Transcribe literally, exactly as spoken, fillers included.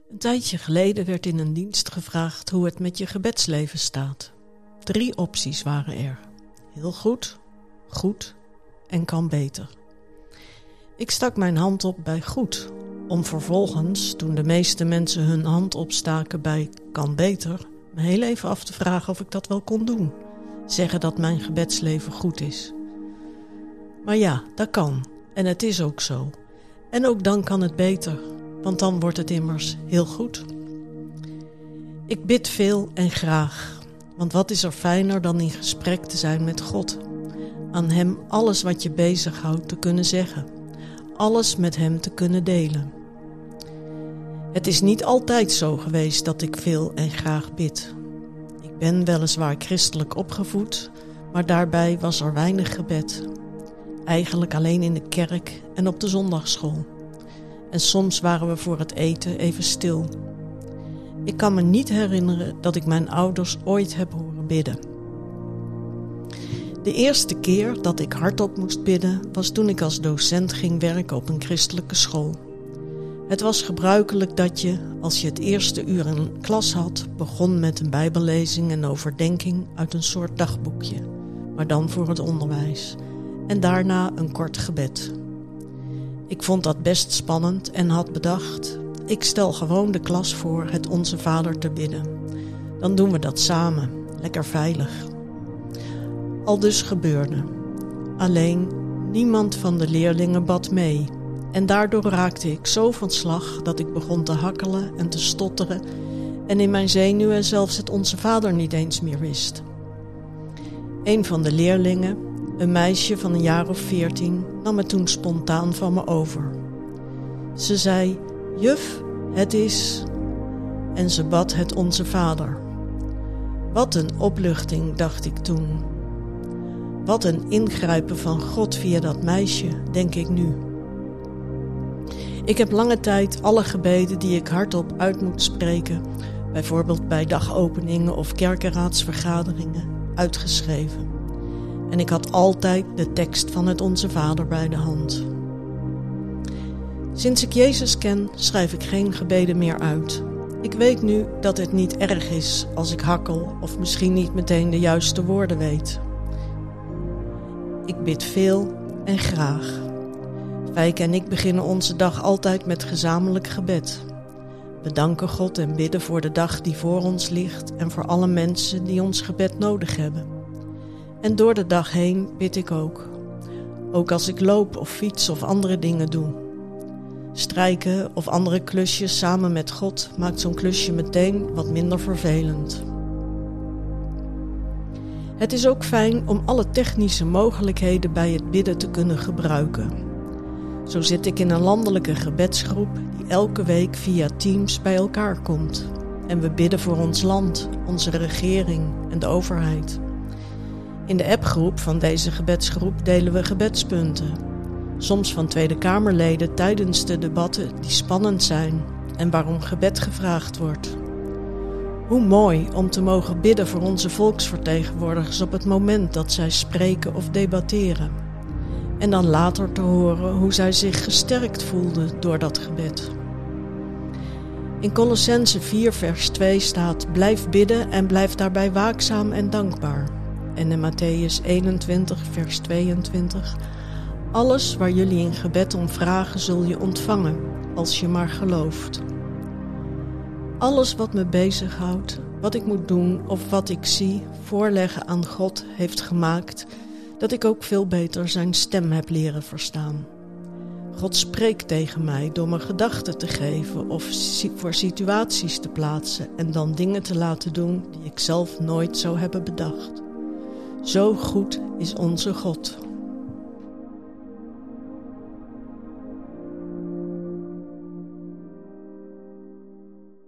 Een tijdje geleden werd in een dienst gevraagd hoe het met je gebedsleven staat. Drie opties waren er. Heel goed, goed en kan beter. Ik stak mijn hand op bij goed, om vervolgens, toen de meeste mensen hun hand opstaken bij kan beter, me heel even af te vragen of ik dat wel kon doen. Zeggen dat mijn gebedsleven goed is. Maar ja, dat kan. En het is ook zo. En ook dan kan het beter, want dan wordt het immers heel goed. Ik bid veel en graag, want wat is er fijner dan in gesprek te zijn met God? Aan Hem alles wat je bezighoudt te kunnen zeggen. Alles met Hem te kunnen delen. Het is niet altijd zo geweest dat ik veel en graag bid. Ik ben weliswaar christelijk opgevoed, maar daarbij was er weinig gebed. Eigenlijk alleen in de kerk en op de zondagsschool. En soms waren we voor het eten even stil. Ik kan me niet herinneren dat ik mijn ouders ooit heb horen bidden. De eerste keer dat ik hardop moest bidden was toen ik als docent ging werken op een christelijke school. Het was gebruikelijk dat je, als je het eerste uur een klas had, begon met een bijbellezing en overdenking uit een soort dagboekje, maar dan voor het onderwijs, en daarna een kort gebed. Ik vond dat best spannend en had bedacht, ik stel gewoon de klas voor het Onze Vader te bidden. Dan doen we dat samen, lekker veilig. Aldus gebeurde. Alleen, niemand van de leerlingen bad mee. En daardoor raakte ik zo van slag dat ik begon te hakkelen en te stotteren en in mijn zenuwen zelfs het Onze Vader niet eens meer wist. Een van de leerlingen, een meisje van een jaar of veertien, nam het toen spontaan van me over. Ze zei, juf, het is... En ze bad het Onze Vader. Wat een opluchting, dacht ik toen. Wat een ingrijpen van God via dat meisje, denk ik nu. Ik heb lange tijd alle gebeden die ik hardop uit moet spreken, bijvoorbeeld bij dagopeningen of kerkenraadsvergaderingen, uitgeschreven. En ik had altijd de tekst van het Onze Vader bij de hand. Sinds ik Jezus ken, schrijf ik geen gebeden meer uit. Ik weet nu dat het niet erg is als ik hakkel of misschien niet meteen de juiste woorden weet. Ik bid veel en graag. Fijke en ik beginnen onze dag altijd met gezamenlijk gebed. We danken God en bidden voor de dag die voor ons ligt en voor alle mensen die ons gebed nodig hebben. En door de dag heen bid ik ook. Ook als ik loop of fiets of andere dingen doe. Strijken of andere klusjes samen met God maakt zo'n klusje meteen wat minder vervelend. Het is ook fijn om alle technische mogelijkheden bij het bidden te kunnen gebruiken. Zo zit ik in een landelijke gebedsgroep die elke week via Teams bij elkaar komt. En we bidden voor ons land, onze regering en de overheid. In de appgroep van deze gebedsgroep delen we gebedspunten. Soms van Tweede Kamerleden tijdens de debatten die spannend zijn en waarom gebed gevraagd wordt. Hoe mooi om te mogen bidden voor onze volksvertegenwoordigers op het moment dat zij spreken of debatteren. En dan later te horen hoe zij zich gesterkt voelden door dat gebed. In Kolossenzen vier vers twee staat, blijf bidden en blijf daarbij waakzaam en dankbaar. En in Mattheüs eenentwintig vers tweeëntwintig, alles waar jullie in gebed om vragen zul je ontvangen, als je maar gelooft. Alles wat me bezighoudt, wat ik moet doen of wat ik zie, voorleggen aan God heeft gemaakt dat ik ook veel beter zijn stem heb leren verstaan. God spreekt tegen mij door me gedachten te geven of voor situaties te plaatsen en dan dingen te laten doen die ik zelf nooit zou hebben bedacht. Zo goed is onze God.